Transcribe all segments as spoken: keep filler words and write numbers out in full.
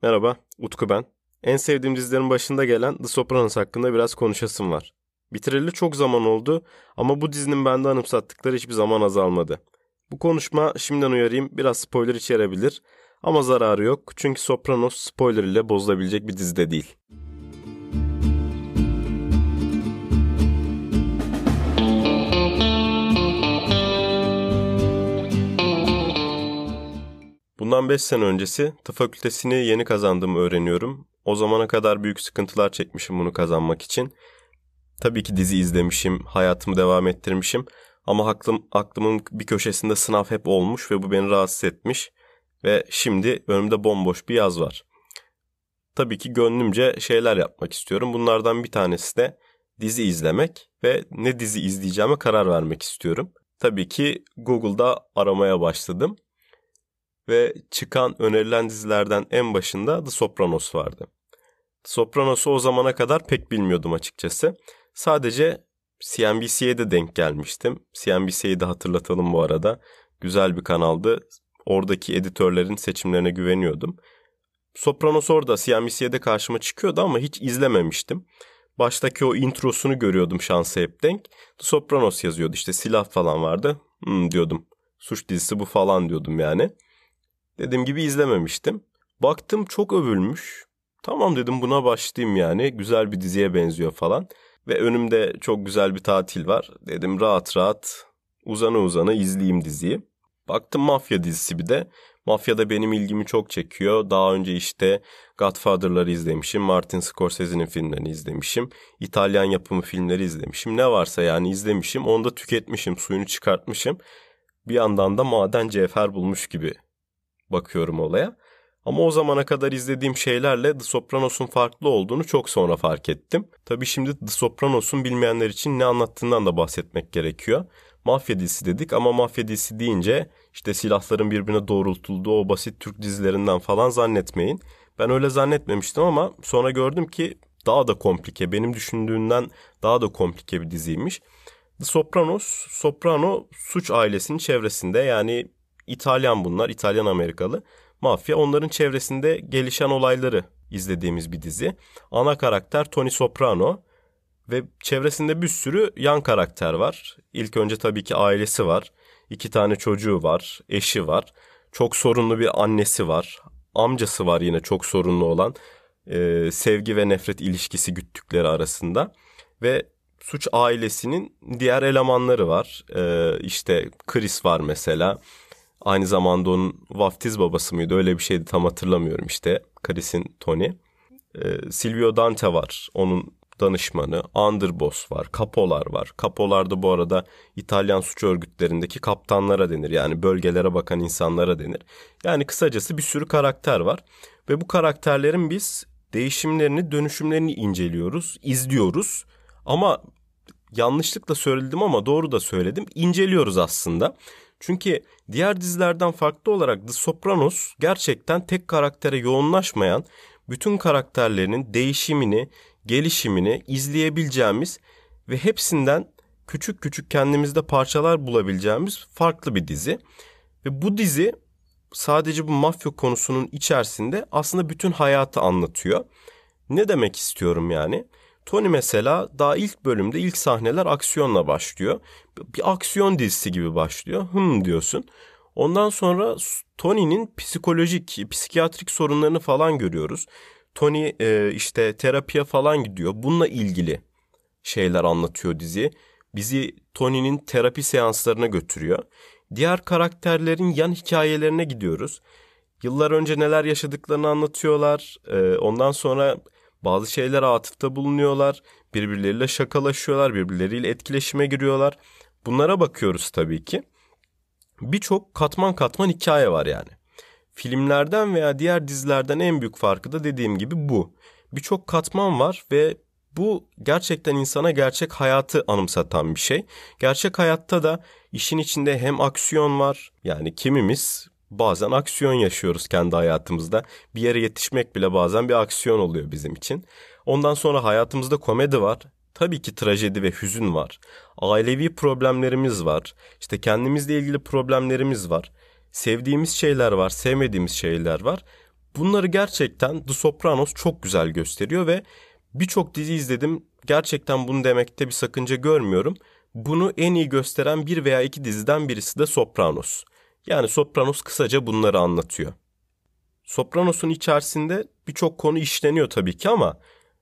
Merhaba, Utku ben. En sevdiğim dizilerin başında gelen The Sopranos hakkında biraz konuşasım var. Bitireli çok zaman oldu ama bu dizinin bende anımsattıkları hiçbir zaman azalmadı. Bu konuşma şimdiden uyarayım biraz spoiler içerebilir ama zararı yok çünkü Sopranos spoiler ile bozulabilecek bir dizide değil. Bundan beş sene öncesi tıp fakültesini yeni kazandığımı öğreniyorum. O zamana kadar büyük sıkıntılar çekmişim bunu kazanmak için. Tabii ki dizi izlemişim, hayatımı devam ettirmişim. Ama aklım, aklımın bir köşesinde sınav hep olmuş ve bu beni rahatsız etmiş. Ve şimdi önümde bomboş bir yaz var. Tabii ki gönlümce şeyler yapmak istiyorum. Bunlardan bir tanesi de dizi izlemek ve ne dizi izleyeceğime karar vermek istiyorum. Tabii ki Google'da aramaya başladım. Ve çıkan önerilen dizilerden en başında The Sopranos vardı. The Sopranos'u o zamana kadar pek bilmiyordum açıkçası. Sadece C N B C'ye de denk gelmiştim. C N B C'yi de hatırlatalım bu arada. Güzel bir kanaldı. Oradaki editörlerin seçimlerine güveniyordum. Sopranos orada C N B C'ye de karşıma çıkıyordu ama hiç izlememiştim. Baştaki o introsunu görüyordum şansa hep denk. The Sopranos yazıyordu, işte silah falan vardı. Hmm, diyordum, suç dizisi bu falan diyordum yani. Dediğim gibi izlememiştim. Baktım çok övülmüş. Tamam dedim, buna başlayayım yani. Güzel bir diziye benziyor falan. Ve önümde çok güzel bir tatil var. Dedim rahat rahat uzana uzana izleyeyim diziyi. Baktım mafya dizisi bir de. Mafya da benim ilgimi çok çekiyor. Daha önce işte Godfather'ları izlemişim. Martin Scorsese'nin filmlerini izlemişim. İtalyan yapımı filmleri izlemişim. Ne varsa yani izlemişim. Onu da tüketmişim. Suyunu çıkartmışım. Bir yandan da maden cevher bulmuş gibi bakıyorum olaya. Ama o zamana kadar izlediğim şeylerle The Sopranos'un farklı olduğunu çok sonra fark ettim. Tabii şimdi The Sopranos'un bilmeyenler için ne anlattığından da bahsetmek gerekiyor. Mafya dizisi dedik ama mafya dizisi deyince işte silahların birbirine doğrultulduğu o basit Türk dizilerinden falan zannetmeyin. Ben öyle zannetmemiştim ama sonra gördüm ki daha da komplike, benim düşündüğümden daha da komplike bir diziymiş. The Sopranos, Soprano suç ailesinin çevresinde, yani İtalyan bunlar, İtalyan Amerikalı mafya, onların çevresinde gelişen olayları izlediğimiz bir dizi. Ana karakter Tony Soprano ve çevresinde bir sürü yan karakter var. İlk önce tabii ki ailesi var. İki tane çocuğu var, eşi var. Çok sorunlu bir annesi var. Amcası var yine çok sorunlu olan. Ee, sevgi ve nefret ilişkisi güttükleri arasında. Ve suç ailesinin diğer elemanları var. Ee, işte Chris var mesela. Aynı zamanda onun vaftiz babası mıydı? Öyle bir şeydi, tam hatırlamıyorum işte. Chris'in Tony. Ee, Silvio Dante var. Onun danışmanı. Underboss var. Kapolar var. Kapolar da bu arada İtalyan suç örgütlerindeki kaptanlara denir. Yani bölgelere bakan insanlara denir. Yani kısacası bir sürü karakter var. Ve bu karakterlerin biz değişimlerini, dönüşümlerini inceliyoruz, izliyoruz. Ama yanlışlıkla söyledim ama doğru da söyledim. İnceliyoruz aslında. Çünkü diğer dizilerden farklı olarak The Sopranos gerçekten tek karaktere yoğunlaşmayan, bütün karakterlerinin değişimini, gelişimini izleyebileceğimiz ve hepsinden küçük küçük kendimizde parçalar bulabileceğimiz farklı bir dizi. Ve bu dizi sadece bu mafya konusunun içerisinde aslında bütün hayatı anlatıyor. Ne demek istiyorum yani? Tony mesela daha ilk bölümde, ilk sahneler aksiyonla başlıyor. Bir aksiyon dizisi gibi başlıyor. Hım diyorsun. Ondan sonra Tony'nin psikolojik, psikiyatrik sorunlarını falan görüyoruz. Tony e, işte terapiye falan gidiyor. Bununla ilgili şeyler anlatıyor dizi. Bizi Tony'nin terapi seanslarına götürüyor. Diğer karakterlerin yan hikayelerine gidiyoruz. Yıllar önce neler yaşadıklarını anlatıyorlar. E, ondan sonra bazı şeylere atıfta bulunuyorlar. Birbirleriyle şakalaşıyorlar. Birbirleriyle etkileşime giriyorlar. Bunlara bakıyoruz tabii ki. Birçok katman katman hikaye var yani. Filmlerden veya diğer dizilerden en büyük farkı da dediğim gibi bu. Birçok katman var ve bu gerçekten insana gerçek hayatı anımsatan bir şey. Gerçek hayatta da işin içinde hem aksiyon var. Yani kimimiz bazen aksiyon yaşıyoruz kendi hayatımızda. Bir yere yetişmek bile bazen bir aksiyon oluyor bizim için. Ondan sonra hayatımızda komedi var. Tabii ki trajedi ve hüzün var. Ailevi problemlerimiz var. İşte kendimizle ilgili problemlerimiz var. Sevdiğimiz şeyler var, sevmediğimiz şeyler var. Bunları gerçekten The Sopranos çok güzel gösteriyor ve birçok dizi izledim. Gerçekten bunu demekte bir sakınca görmüyorum. Bunu en iyi gösteren bir veya iki diziden birisi de Sopranos. Yani Sopranos kısaca bunları anlatıyor. Sopranos'un içerisinde birçok konu işleniyor tabii ki ama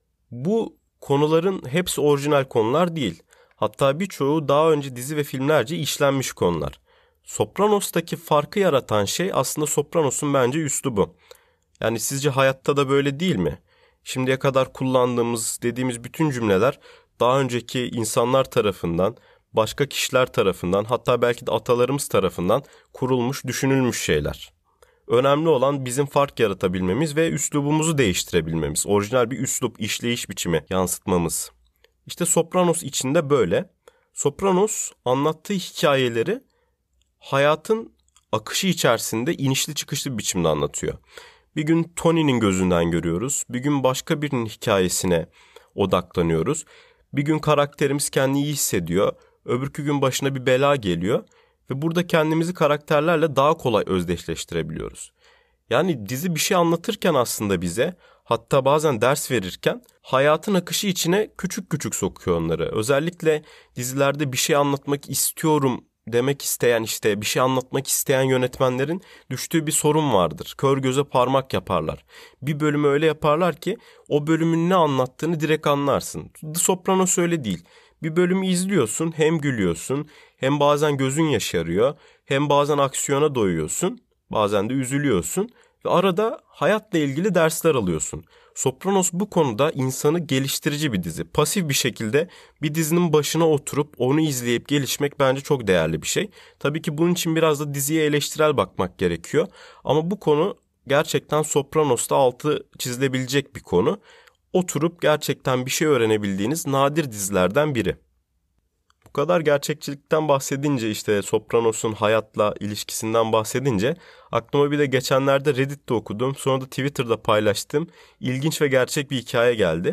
bu konuların hepsi orijinal konular değil. Hatta birçoğu daha önce dizi ve filmlerce işlenmiş konular. Sopranos'taki farkı yaratan şey aslında Sopranos'un bence üslubu. Yani sizce hayatta da böyle değil mi? Şimdiye kadar kullandığımız, dediğimiz bütün cümleler daha önceki insanlar tarafından, başka kişiler tarafından, hatta belki de atalarımız tarafından kurulmuş, düşünülmüş şeyler. Önemli olan bizim fark yaratabilmemiz ve üslubumuzu değiştirebilmemiz. Orijinal bir üslup, işleyiş biçimi yansıtmamız. İşte Sopranos içinde böyle. Sopranos anlattığı hikayeleri hayatın akışı içerisinde inişli çıkışlı bir biçimde anlatıyor. Bir gün Tony'nin gözünden görüyoruz. Bir gün başka birinin hikayesine odaklanıyoruz. Bir gün karakterimiz kendini iyi hissediyor. Öbürkü gün başına bir bela geliyor. Ve burada kendimizi karakterlerle daha kolay özdeşleştirebiliyoruz. Yani dizi bir şey anlatırken aslında bize, hatta bazen ders verirken hayatın akışı içine küçük küçük sokuyor onları. Özellikle dizilerde bir şey anlatmak istiyorum demek isteyen, işte bir şey anlatmak isteyen yönetmenlerin düştüğü bir sorun vardır. Kör göze parmak yaparlar. Bir bölümü öyle yaparlar ki o bölümün ne anlattığını direkt anlarsın. The Sopranos öyle değil. Bir bölümü izliyorsun, hem gülüyorsun, hem bazen gözün yaşarıyor, hem bazen aksiyona doyuyorsun, bazen de üzülüyorsun ve arada hayatla ilgili dersler alıyorsun. Sopranos bu konuda insanı geliştirici bir dizi. Pasif bir şekilde bir dizinin başına oturup onu izleyip gelişmek bence çok değerli bir şey. Tabii ki bunun için biraz da diziye eleştirel bakmak gerekiyor. Ama bu konu gerçekten Sopranos'ta altı çizilebilecek bir konu. Oturup gerçekten bir şey öğrenebildiğiniz nadir dizilerden biri. Bu kadar gerçekçilikten bahsedince, işte Sopranos'un hayatla ilişkisinden bahsedince aklıma bir de geçenlerde Reddit'te okudum, sonra da Twitter'da paylaştım. İlginç ve gerçek bir hikaye geldi.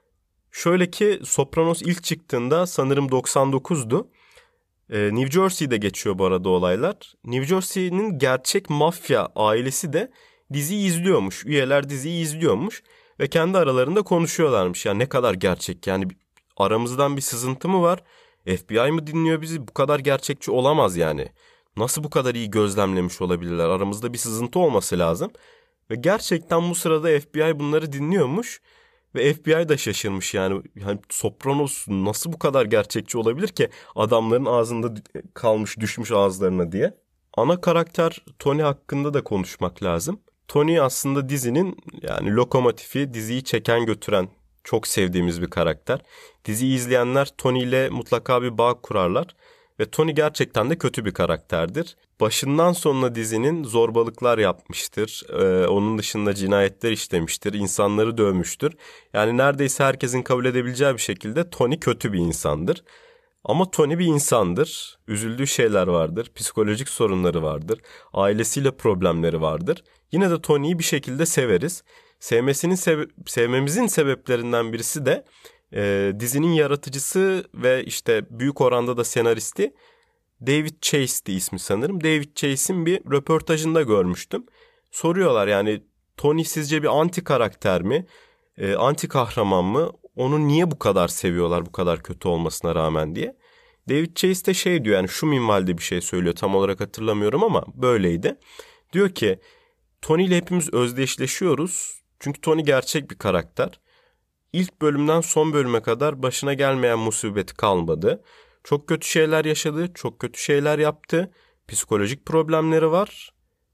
Şöyle ki Sopranos ilk çıktığında sanırım doksan dokuzdu. Ee, New Jersey'de geçiyor bu arada olaylar. New Jersey'nin gerçek mafya ailesi de diziyi izliyormuş. Üyeler diziyi izliyormuş ve kendi aralarında konuşuyorlarmış. Ya ne kadar gerçek, yani aramızdan bir sızıntı mı var? F B I mı dinliyor bizi? Bu kadar gerçekçi olamaz yani. Nasıl bu kadar iyi gözlemlemiş olabilirler? Aramızda bir sızıntı olması lazım. Ve gerçekten bu sırada F B I bunları dinliyormuş. Ve F B I da şaşırmış yani. Yani Sopranos nasıl bu kadar gerçekçi olabilir ki? Adamların ağzında kalmış, düşmüş ağızlarına diye. Ana karakter Tony hakkında da konuşmak lazım. Tony aslında dizinin yani lokomotifi, diziyi çeken götüren çok sevdiğimiz bir karakter. Diziyi izleyenler Tony ile mutlaka bir bağ kurarlar. Ve Tony gerçekten de kötü bir karakterdir. Başından sonuna dizinin zorbalıklar yapmıştır. Ee, onun dışında cinayetler işlemiştir. İnsanları dövmüştür. Yani neredeyse herkesin kabul edebileceği bir şekilde Tony kötü bir insandır. Ama Tony bir insandır. Üzüldüğü şeyler vardır. Psikolojik sorunları vardır. Ailesiyle problemleri vardır. Yine de Tony'yi bir şekilde severiz. Sevmesinin sebe- sevmemizin sebeplerinden birisi de e, dizinin yaratıcısı ve işte büyük oranda da senaristi David Chase'di ismi sanırım. David Chase'in bir röportajında görmüştüm. Soruyorlar yani Tony sizce bir anti karakter mi? E, anti kahraman mı? Onu niye bu kadar seviyorlar, bu kadar kötü olmasına rağmen diye. David Chase de şey diyor, yani şu minvalde bir şey söylüyor, tam olarak hatırlamıyorum ama böyleydi. Diyor ki Tony ile hepimiz özdeşleşiyoruz. Çünkü Tony gerçek bir karakter. İlk bölümden son bölüme kadar başına gelmeyen musibeti kalmadı. Çok kötü şeyler yaşadı, çok kötü şeyler yaptı. Psikolojik problemleri var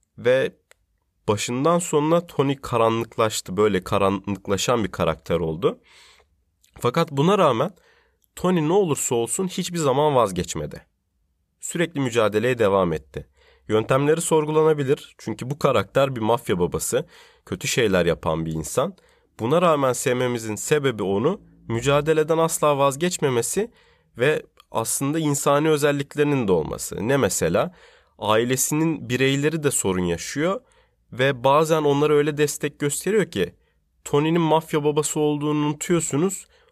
ve başından sonuna Tony karanlıklaştı. Böyle karanlıklaşan bir karakter oldu. Fakat buna rağmen Tony ne olursa olsun hiçbir zaman vazgeçmedi. Sürekli mücadeleye devam etti. Yöntemleri sorgulanabilir çünkü bu karakter bir mafya babası, kötü şeyler yapan bir insan. Buna rağmen sevmemizin sebebi onu mücadeleden asla vazgeçmemesi ve aslında insani özelliklerinin de olması. Ne mesela? Ailesinin bireyleri de sorun yaşıyor ve bazen onlara öyle destek gösteriyor ki Tony'nin mafya babası olduğunu unutuyorsunuz.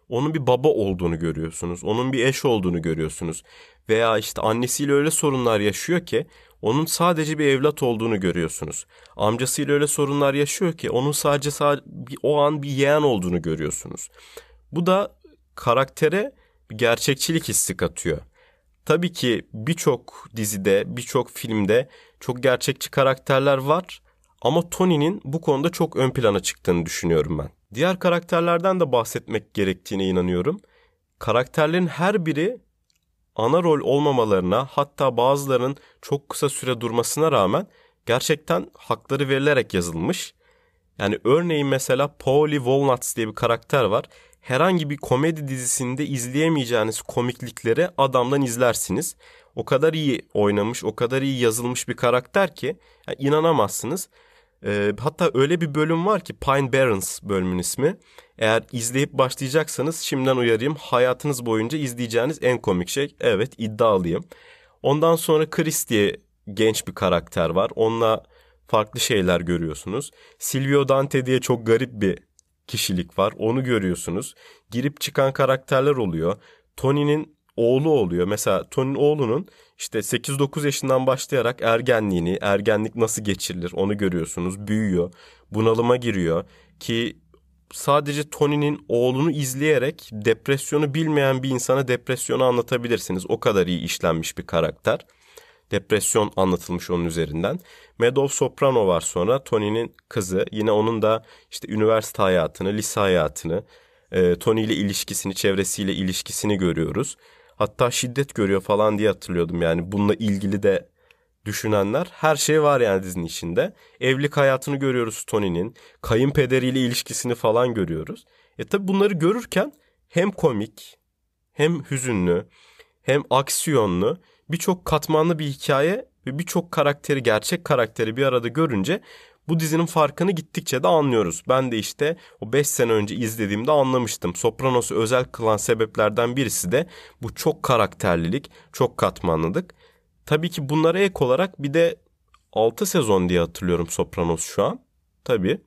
onun bir baba olduğunu görüyorsunuz. Onun bir eş olduğunu görüyorsunuz. Veya işte annesiyle öyle sorunlar yaşıyor ki onun sadece bir evlat olduğunu görüyorsunuz. Amcasıyla öyle sorunlar yaşıyor ki onun sadece, sadece o an bir yeğen olduğunu görüyorsunuz. Bu da karaktere bir gerçekçilik hissi katıyor. Tabii ki birçok dizide, birçok filmde çok gerçekçi karakterler var ama Tony'nin bu konuda çok ön plana çıktığını düşünüyorum ben. Diğer karakterlerden de bahsetmek gerektiğine inanıyorum. Karakterlerin her biri ana rol olmamalarına, hatta bazılarının çok kısa süre durmasına rağmen gerçekten hakları verilerek yazılmış. Yani örneğin mesela Paulie Walnuts diye bir karakter var. Herhangi bir komedi dizisinde izleyemeyeceğiniz komiklikleri adamdan izlersiniz. O kadar iyi oynamış, o kadar iyi yazılmış bir karakter ki yani inanamazsınız. Ee, hatta öyle bir bölüm var ki Pine Barrens bölümün ismi. Eğer izleyip başlayacaksanız şimdiden uyarayım, hayatınız boyunca izleyeceğiniz en komik şey. Evet, iddialıyım. Ondan sonra Chris diye genç bir karakter var. Onunla farklı şeyler görüyorsunuz. Silvio Dante diye çok garip bir kişilik var. Onu görüyorsunuz. Girip çıkan karakterler oluyor. Tony'nin oğlu oluyor. Mesela Tony'nin oğlunun işte sekiz dokuz yaşından başlayarak ergenliğini, ergenlik nasıl geçirilir onu görüyorsunuz. Büyüyor, bunalıma giriyor ki sadece Tony'nin oğlunu izleyerek depresyonu bilmeyen bir insana depresyonu anlatabilirsiniz. O kadar iyi işlenmiş bir karakter. Depresyon anlatılmış onun üzerinden. Meadow Soprano var sonra, Tony'nin kızı. Yine onun da işte üniversite hayatını, lise hayatını, e, Tony ile ilişkisini, çevresiyle ilişkisini görüyoruz. Hatta şiddet görüyor falan diye hatırlıyordum. Yani bununla ilgili de düşünenler, her şey var yani dizinin içinde. Evlilik hayatını görüyoruz Tony'nin. Kayınpederiyle ilişkisini falan görüyoruz. E tabi bunları görürken hem komik, hem hüzünlü, hem aksiyonlu, birçok katmanlı bir hikaye ve birçok karakteri, gerçek karakteri bir arada görünce bu dizinin farkını gittikçe de anlıyoruz. Ben de işte o beş sene önce izlediğimde anlamıştım. Sopranos'u özel kılan sebeplerden birisi de bu çok karakterlilik, çok katmanlılık. Tabii ki bunlara ek olarak bir de altı sezon diye hatırlıyorum Sopranos şu an. Tabii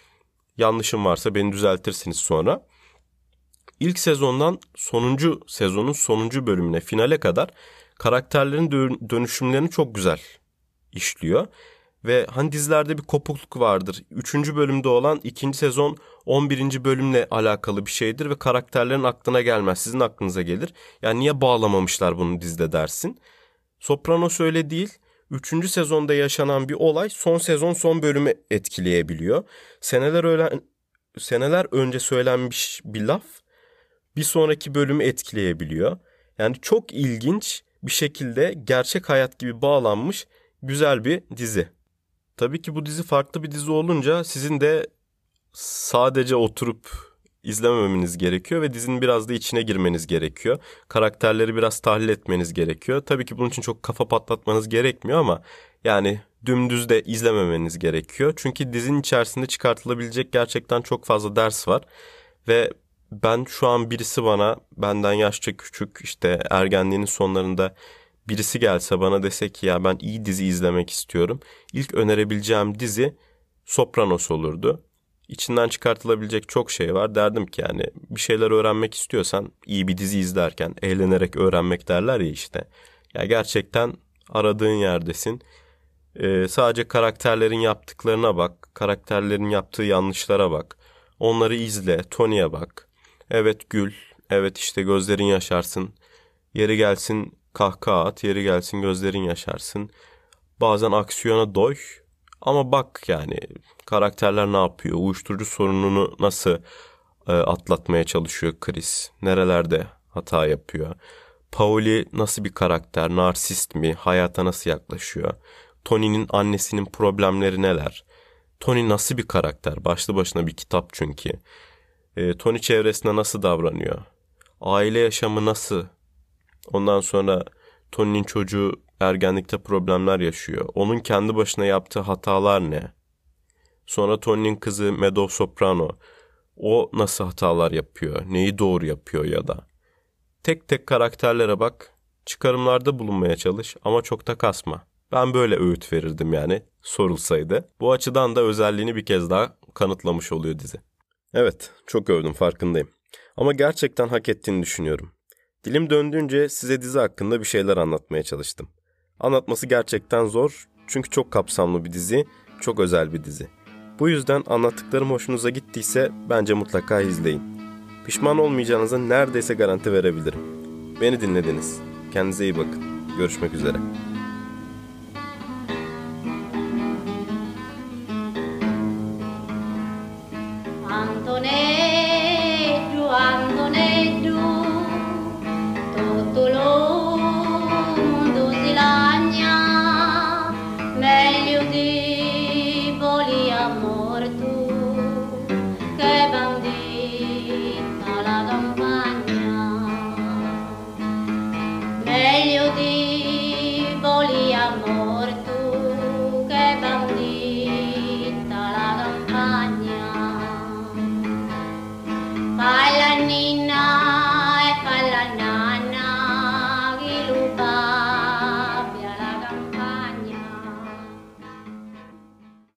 yanlışım varsa beni düzeltirsiniz sonra. İlk sezondan sonuncu sezonun sonuncu bölümüne, finale kadar karakterlerin dönüşümlerini çok güzel işliyor. Ve hani dizilerde bir kopukluk vardır. Üçüncü bölümde olan ikinci sezon on birinci bölümle alakalı bir şeydir ve karakterlerin aklına gelmez. Sizin aklınıza gelir. Yani niye bağlamamışlar bunu dizide dersin. Sopranos öyle değil. Üçüncü sezonda yaşanan bir olay son sezon son bölümü etkileyebiliyor. Seneler öyle, seneler önce söylenmiş bir laf bir sonraki bölümü etkileyebiliyor. Yani çok ilginç bir şekilde gerçek hayat gibi bağlanmış güzel bir dizi. Tabii ki bu dizi farklı bir dizi olunca sizin de sadece oturup izlememeniz gerekiyor ve dizinin biraz da içine girmeniz gerekiyor. Karakterleri biraz tahlil etmeniz gerekiyor. Tabii ki bunun için çok kafa patlatmanız gerekmiyor ama yani dümdüz de izlememeniz gerekiyor. Çünkü dizinin içerisinde çıkartılabilecek gerçekten çok fazla ders var ve ben şu an birisi bana, benden yaşça küçük, işte ergenliğinin sonlarında birisi gelse bana dese ki ya ben iyi dizi izlemek istiyorum, İlk önerebileceğim dizi Sopranos olurdu. İçinden çıkartılabilecek çok şey var. Derdim ki yani bir şeyler öğrenmek istiyorsan iyi bir dizi izlerken eğlenerek öğrenmek derler ya işte. Ya gerçekten aradığın yerdesin. Ee, sadece karakterlerin yaptıklarına bak. Karakterlerin yaptığı yanlışlara bak. Onları izle. Tony'ye bak. Evet gül. Evet işte gözlerin yaşarsın. Yeri gelsin kahkaha at. Yeri gelsin gözlerin yaşarsın. Bazen aksiyona doy. Ama bak yani karakterler ne yapıyor? Uyuşturucu sorununu nasıl e, atlatmaya çalışıyor Chris? Nerelerde hata yapıyor? Pauli nasıl bir karakter? Narsist mi? Hayata nasıl yaklaşıyor? Tony'nin annesinin problemleri neler? Tony nasıl bir karakter? Başlı başına bir kitap çünkü. E, Tony çevresine nasıl davranıyor? Aile yaşamı nasıl? Ondan sonra Tony'nin çocuğu ergenlikte problemler yaşıyor. Onun kendi başına yaptığı hatalar ne? Sonra Tony'nin kızı Meadow Soprano. O nasıl hatalar yapıyor? Neyi doğru yapıyor ya da? Tek tek karakterlere bak. Çıkarımlarda bulunmaya çalış ama çok da kasma. Ben böyle öğüt verirdim yani sorulsaydı. Bu açıdan da özelliğini bir kez daha kanıtlamış oluyor dizi. Evet, çok övdüm farkındayım. Ama gerçekten hak ettiğini düşünüyorum. Dilim döndüğünce size dizi hakkında bir şeyler anlatmaya çalıştım. Anlatması gerçekten zor çünkü çok kapsamlı bir dizi, çok özel bir dizi. Bu yüzden anlattıklarım hoşunuza gittiyse bence mutlaka izleyin. Pişman olmayacağınıza neredeyse garanti verebilirim. Beni dinlediniz. Kendinize iyi bakın. Görüşmek üzere.